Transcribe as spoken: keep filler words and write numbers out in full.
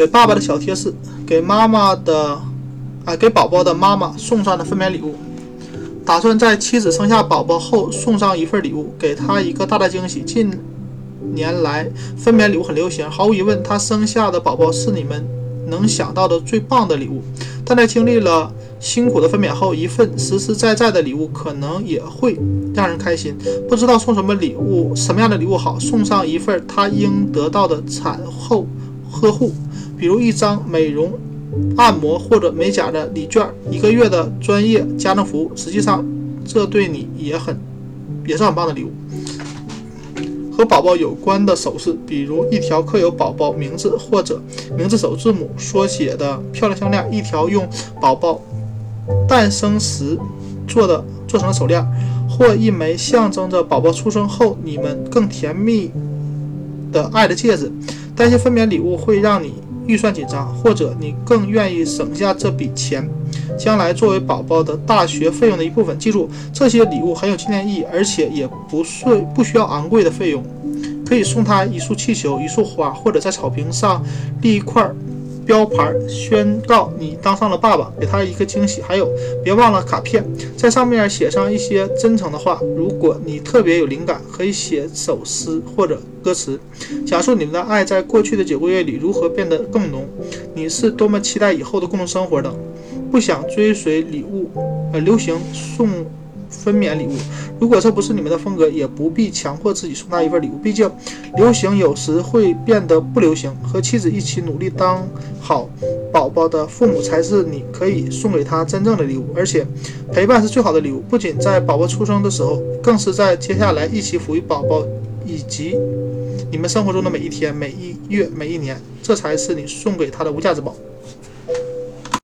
给爸爸的小贴士，给妈妈的啊，给宝宝的妈妈送上的分娩礼物。打算在妻子生下宝宝后送上一份礼物，给她一个大大惊喜。近年来分娩礼物很流行，毫无疑问她生下的宝宝是你们能想到的最棒的礼物。但在经历了辛苦的分娩后，一份实实在在的礼物可能也会让人开心。不知道送什么礼物，什么样的礼物好，送上一份她应得到的产后呵护，比如一张美容按摩或者美甲的礼券，一个月的专业家政服务，实际上这对你也很也是很棒的礼物。和宝宝有关的首饰，比如一条刻有宝宝名字或者名字首字母缩写的漂亮项链，一条用宝宝诞生时做的做成的手链，或一枚象征着宝宝出生后你们更甜蜜的爱的戒指。担心分娩礼物会让你预算紧张，或者你更愿意省下这笔钱，将来作为宝宝的大学费用的一部分。记住，这些礼物很有纪念意义，而且也不是不需要昂贵的费用。可以送他一束气球、一束花，或者在草坪上立一块标牌，宣告你当上了爸爸，给他一个惊喜。还有，别忘了卡片，在上面写上一些真诚的话。如果你特别有灵感，可以写首诗或者歌词，讲述你们的爱在过去的九个月里如何变得更浓，你是多么期待以后的共同生活等。不想追随礼物呃流行送分娩礼物，如果这不是你们的风格，也不必强迫自己送他一份礼物。毕竟流行有时会变得不流行，和妻子一起努力当好宝宝的父母才是你可以送给他真正的礼物。而且陪伴是最好的礼物，不仅在宝宝出生的时候，更是在接下来一起抚育宝宝以及你们生活中的每一天、每一月、每一年，这才是你送给他的无价之宝。